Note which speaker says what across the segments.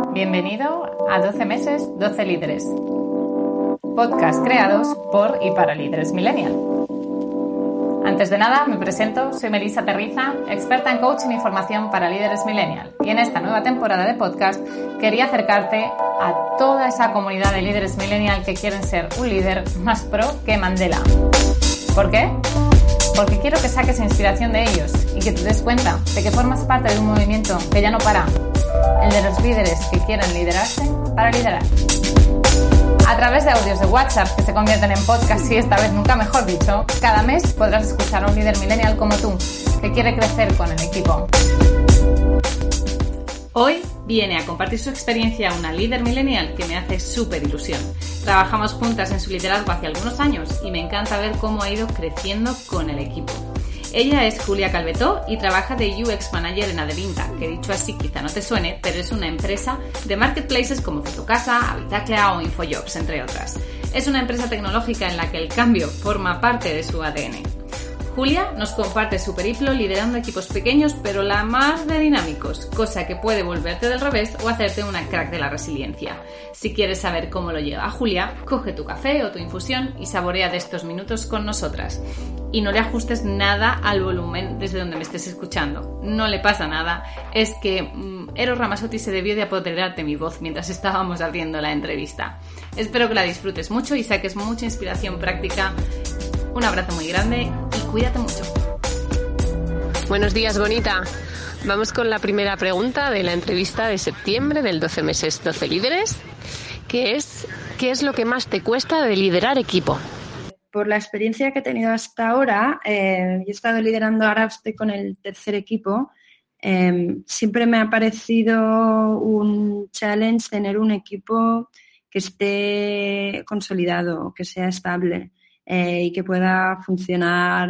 Speaker 1: Bienvenido a 12 meses, 12 líderes. Podcast creados por y para líderes millennial. Antes de nada, me presento, soy Melissa Terriza, experta en coaching y formación para líderes millennial. Y en esta nueva temporada de podcast quería acercarte a toda esa comunidad de líderes millennial que quieren ser un líder más pro que Mandela. ¿Por qué? Porque quiero que saques inspiración de ellos y que te des cuenta de que formas parte de un movimiento que ya no para, el de los líderes que quieren liderarse para liderar. A través de audios de WhatsApp que se convierten en podcast y esta vez nunca mejor dicho, cada mes podrás escuchar a un líder millennial como tú, que quiere crecer con el equipo. Hoy viene a compartir su experiencia una líder millennial que me hace súper ilusión. Trabajamos juntas en su liderazgo hace algunos años y me encanta ver cómo ha ido creciendo con el equipo. Ella es Julia Calvetó y trabaja de UX Manager en Adevinta, que dicho así quizá no te suene, pero es una empresa de marketplaces como Fotocasa, Habitaclia o Infojobs, entre otras. Es una empresa tecnológica en la que el cambio forma parte de su ADN. Julia nos comparte su periplo liderando equipos pequeños pero la más de dinámicos, cosa que puede volverte del revés o hacerte una crack de la resiliencia. Si quieres saber cómo lo lleva Julia, coge tu café o tu infusión y saborea de estos minutos con nosotras. Y no le ajustes nada al volumen desde donde me estés escuchando. No le pasa nada, es que Eros Ramazzotti se debió de apoderarte mi voz mientras estábamos abriendo la entrevista. Espero que la disfrutes mucho y saques mucha inspiración práctica. Un abrazo muy grande y cuídate mucho.
Speaker 2: Buenos días, bonita. Vamos con la primera pregunta de la entrevista de septiembre del 12 meses, 12 líderes, que es ¿qué es lo que más te cuesta de liderar equipo?
Speaker 3: Por la experiencia que he tenido hasta ahora, yo he estado liderando, ahora estoy con el tercer equipo, siempre me ha parecido un challenge tener un equipo que esté consolidado, que sea estable y que pueda funcionar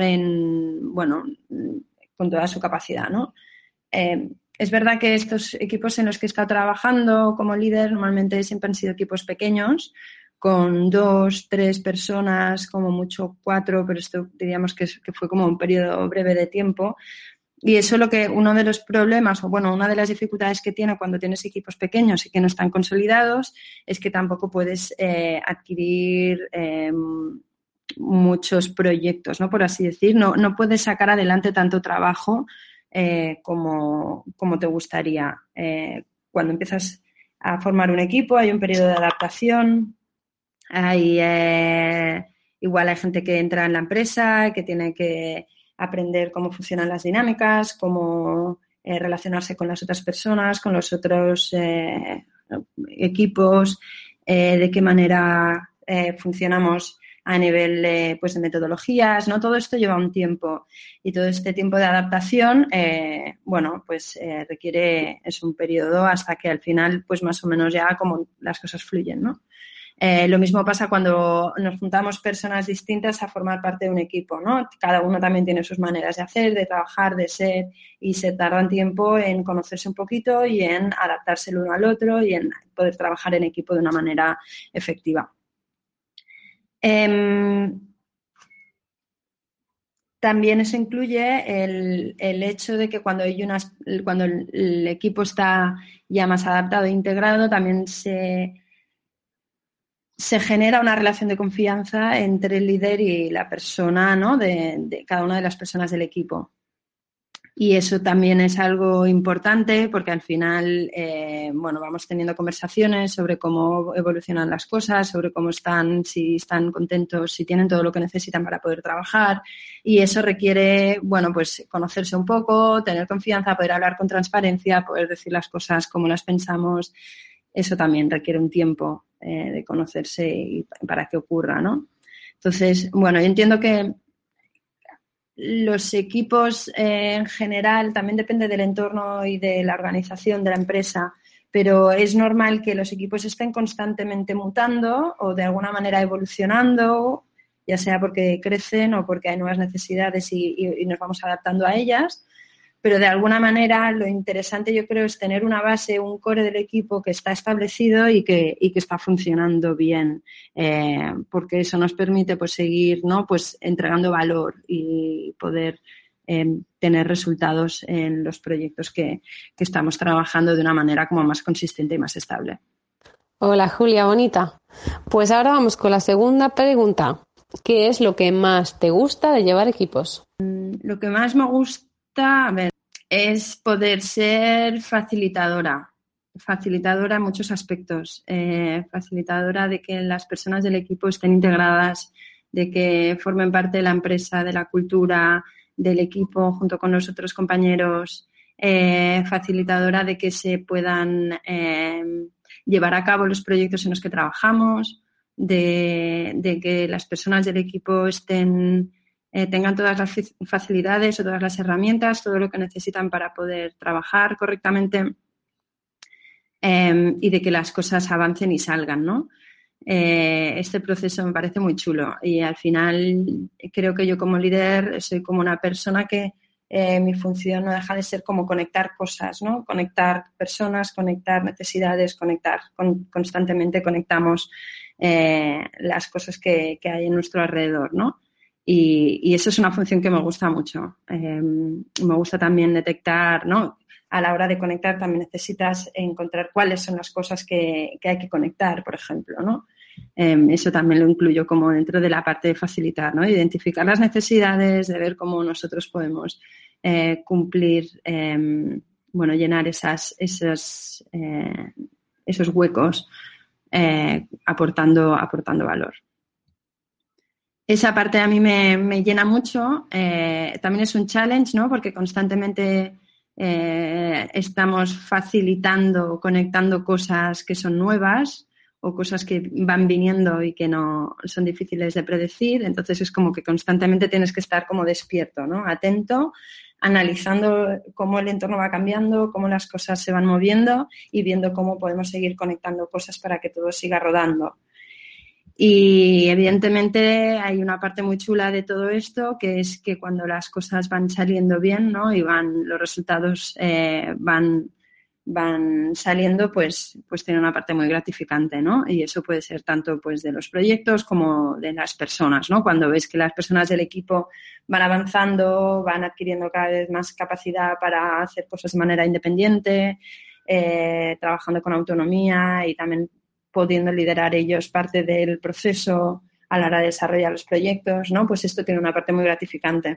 Speaker 3: con toda su capacidad, ¿no? Es verdad que estos equipos en los que he estado trabajando como líder normalmente siempre han sido equipos pequeños, con 2, 3 personas, como mucho 4, pero esto diríamos que fue como un periodo breve de tiempo. Y eso es lo que uno de los problemas, una de las dificultades que tiene cuando tienes equipos pequeños y que no están consolidados, es que tampoco puedes adquirir muchos proyectos, ¿no? Por así decir. No puedes sacar adelante tanto trabajo como te gustaría. Cuando empiezas a formar un equipo hay un periodo de adaptación. Igual hay gente que entra en la empresa, que tiene que aprender cómo funcionan las dinámicas, cómo relacionarse con las otras personas, con los otros equipos, de qué manera funcionamos a nivel de metodologías, ¿no? Todo esto lleva un tiempo y todo este tiempo de adaptación, requiere un periodo hasta que al final, pues más o menos ya como las cosas fluyen, ¿no? Lo mismo pasa cuando nos juntamos personas distintas a formar parte de un equipo, ¿no? Cada uno también tiene sus maneras de hacer, de trabajar, de ser y se tardan tiempo en conocerse un poquito y en adaptarse el uno al otro y en poder trabajar en equipo de una manera efectiva. También eso incluye el hecho de que cuando el equipo está ya más adaptado e integrado, también se genera una relación de confianza entre el líder y la persona, ¿no? de cada una de las personas del equipo. Y eso también es algo importante porque al final, vamos teniendo conversaciones sobre cómo evolucionan las cosas, sobre cómo están, si están contentos, si tienen todo lo que necesitan para poder trabajar. Y eso requiere, conocerse un poco, tener confianza, poder hablar con transparencia, poder decir las cosas como las pensamos. Eso también requiere un tiempo de conocerse y para que ocurra, ¿no? Entonces, yo entiendo que los equipos en general también depende del entorno y de la organización de la empresa, pero es normal que los equipos estén constantemente mutando o de alguna manera evolucionando, ya sea porque crecen o porque hay nuevas necesidades y nos vamos adaptando a ellas. Pero de alguna manera lo interesante yo creo es tener una base, un core del equipo que está establecido y que está funcionando bien, porque eso nos permite seguir, ¿no? Entregando valor y poder tener resultados en los proyectos que estamos trabajando de una manera como más consistente y más estable.
Speaker 2: Hola Julia, bonita. Pues ahora vamos con la segunda pregunta. ¿Qué es lo que más te gusta de llevar equipos?
Speaker 3: Lo que más me gusta, a ver, es poder ser facilitadora en muchos aspectos, facilitadora de que las personas del equipo estén integradas, de que formen parte de la empresa, de la cultura del equipo junto con los otros compañeros, facilitadora de que se puedan llevar a cabo los proyectos en los que trabajamos, de que las personas del equipo tengan todas las facilidades o todas las herramientas, todo lo que necesitan para poder trabajar correctamente y de que las cosas avancen y salgan, ¿no? Este proceso me parece muy chulo y al final creo que yo como líder soy como una persona que mi función no deja de ser como conectar cosas, ¿no? Conectar personas, conectar necesidades, constantemente conectamos las cosas que hay en nuestro alrededor, ¿no? Y eso es una función que me gusta mucho. Me gusta también detectar, ¿no? A la hora de conectar también necesitas encontrar cuáles son las cosas que hay que conectar, por ejemplo, ¿no? Eso también lo incluyo como dentro de la parte de facilitar, ¿no? Identificar las necesidades, de ver cómo nosotros podemos cumplir, llenar esos huecos aportando valor. Esa parte a mí me llena mucho. También es un challenge, ¿no? Porque constantemente estamos facilitando, conectando cosas que son nuevas o cosas que van viniendo y que no son difíciles de predecir. Entonces es como que constantemente tienes que estar como despierto, ¿no? Atento, analizando cómo el entorno va cambiando, cómo las cosas se van moviendo y viendo cómo podemos seguir conectando cosas para que todo siga rodando. Y evidentemente hay una parte muy chula de todo esto, que es que cuando las cosas van saliendo bien, ¿no? Y los resultados van saliendo, pues tiene una parte muy gratificante, ¿no? Y eso puede ser tanto pues de los proyectos como de las personas, ¿no? Cuando ves que las personas del equipo van avanzando, van adquiriendo cada vez más capacidad para hacer cosas de manera independiente, trabajando con autonomía y también pudiendo liderar ellos parte del proceso a la hora de desarrollar los proyectos, ¿no? Pues esto tiene una parte muy gratificante.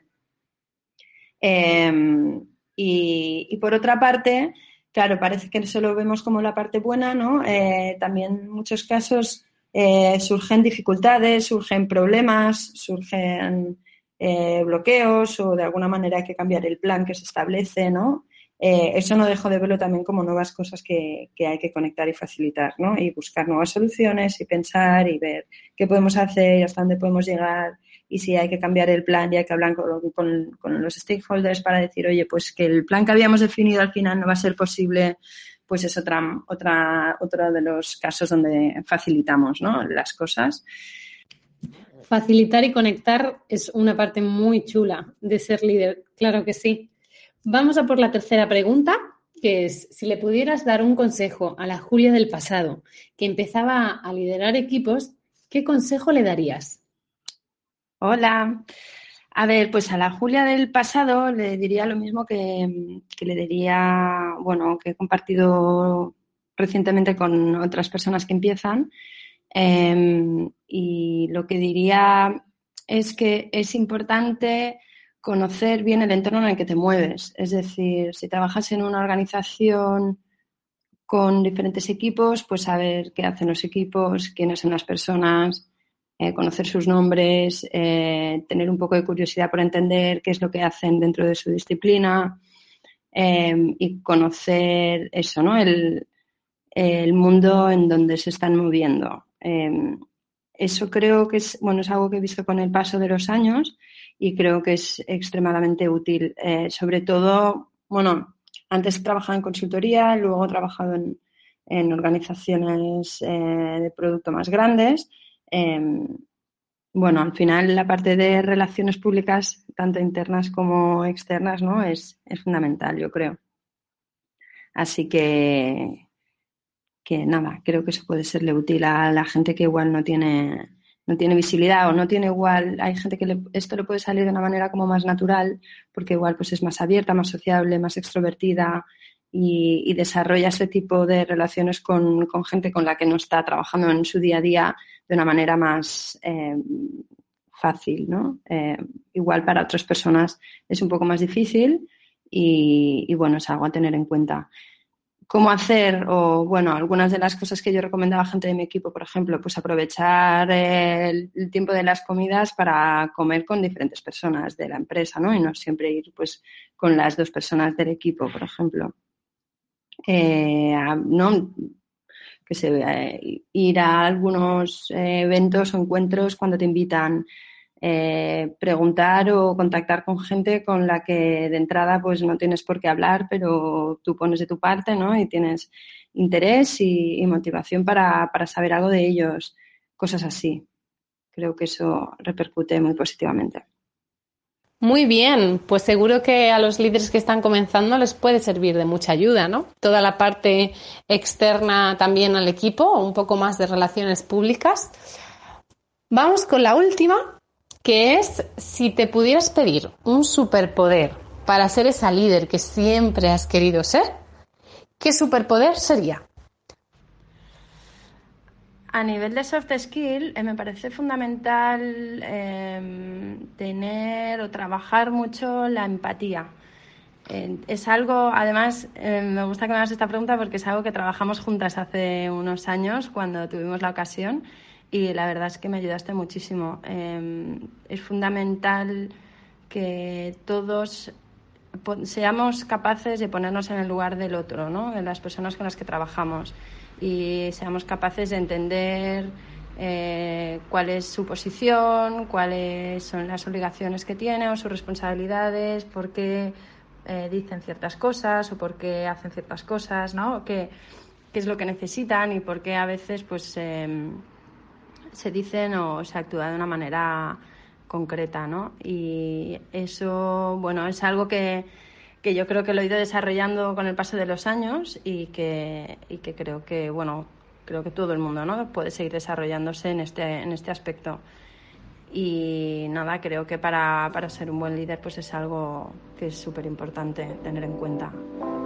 Speaker 3: Y por otra parte, claro, parece que solo vemos como la parte buena, ¿no? También en muchos casos surgen dificultades, surgen problemas, surgen bloqueos o de alguna manera hay que cambiar el plan que se establece, ¿no? Eso no dejo de verlo también como nuevas cosas que hay que conectar y facilitar, ¿no? Y buscar nuevas soluciones y pensar y ver qué podemos hacer y hasta dónde podemos llegar y si hay que cambiar el plan y hay que hablar con los stakeholders para decir, oye, pues que el plan que habíamos definido al final no va a ser posible, pues es otro de los casos donde facilitamos, ¿no? Las cosas.
Speaker 4: Facilitar y conectar es una parte muy chula de ser líder, claro que sí. Vamos a por la tercera pregunta, que es, si le pudieras dar un consejo a la Julia del pasado que empezaba a liderar equipos, ¿qué consejo le darías?
Speaker 3: Hola. A ver, pues a la Julia del pasado le diría lo mismo que le diría, bueno, que he compartido recientemente con otras personas que empiezan. Y lo que diría es que es importante conocer bien el entorno en el que te mueves. Es decir, si trabajas en una organización con diferentes equipos, pues saber qué hacen los equipos, quiénes son las personas, conocer sus nombres, tener un poco de curiosidad por entender qué es lo que hacen dentro de su disciplina y conocer eso, ¿no? El mundo en donde se están moviendo. Eso creo que es algo que he visto con el paso de los años y creo que es extremadamente útil. Sobre todo, antes trabajaba en consultoría, luego he trabajado en organizaciones de producto más grandes. Al final la parte de relaciones públicas, tanto internas como externas, ¿no? Es fundamental, yo creo. Así que nada, creo que eso puede serle útil a la gente que igual no tiene no tiene visibilidad o no tiene igual, hay gente que esto le puede salir de una manera como más natural porque igual pues es más abierta, más sociable, más extrovertida y desarrolla ese tipo de relaciones con gente con la que no está trabajando en su día a día de una manera más fácil, ¿no? Igual para otras personas es un poco más difícil y bueno, es algo a tener en cuenta. ¿Cómo hacer? O bueno, algunas de las cosas que yo recomendaba a gente de mi equipo, por ejemplo, pues aprovechar el tiempo de las comidas para comer con diferentes personas de la empresa, ¿no? Y no siempre ir pues con las 2 personas del equipo, por ejemplo. ¿No? Que se ir a algunos eventos o encuentros cuando te invitan, preguntar o contactar con gente con la que de entrada pues no tienes por qué hablar, pero tú pones de tu parte, ¿no? Y tienes interés y motivación para saber algo de ellos, cosas así. Creo que eso repercute muy positivamente.
Speaker 2: Muy bien, pues seguro que a los líderes que están comenzando les puede servir de mucha ayuda, ¿no? Toda la parte externa también al equipo, un poco más de relaciones públicas. Vamos con la última, que es si te pudieras pedir un superpoder para ser esa líder que siempre has querido ser, ¿qué superpoder sería?
Speaker 3: A nivel de soft skill, me parece fundamental tener o trabajar mucho la empatía. Es algo, además, me gusta que me hagas esta pregunta porque es algo que trabajamos juntas hace unos años cuando tuvimos la ocasión y la verdad es que me ayudaste muchísimo. Es fundamental que todos seamos capaces de ponernos en el lugar del otro, ¿no? De las personas con las que trabajamos y seamos capaces de entender cuál es su posición, cuáles son las obligaciones que tiene o sus responsabilidades, por qué dicen ciertas cosas o por qué hacen ciertas cosas, ¿no? Qué es lo que necesitan y por qué a veces pues se dicen o se actúa de una manera concreta, ¿no? Y eso, bueno, es algo que yo creo que lo he ido desarrollando con el paso de los años y que creo que, bueno, creo que todo el mundo, ¿no? Puede seguir desarrollándose en este aspecto. Y nada, creo que para ser un buen líder pues es algo que es súper importante tener en cuenta.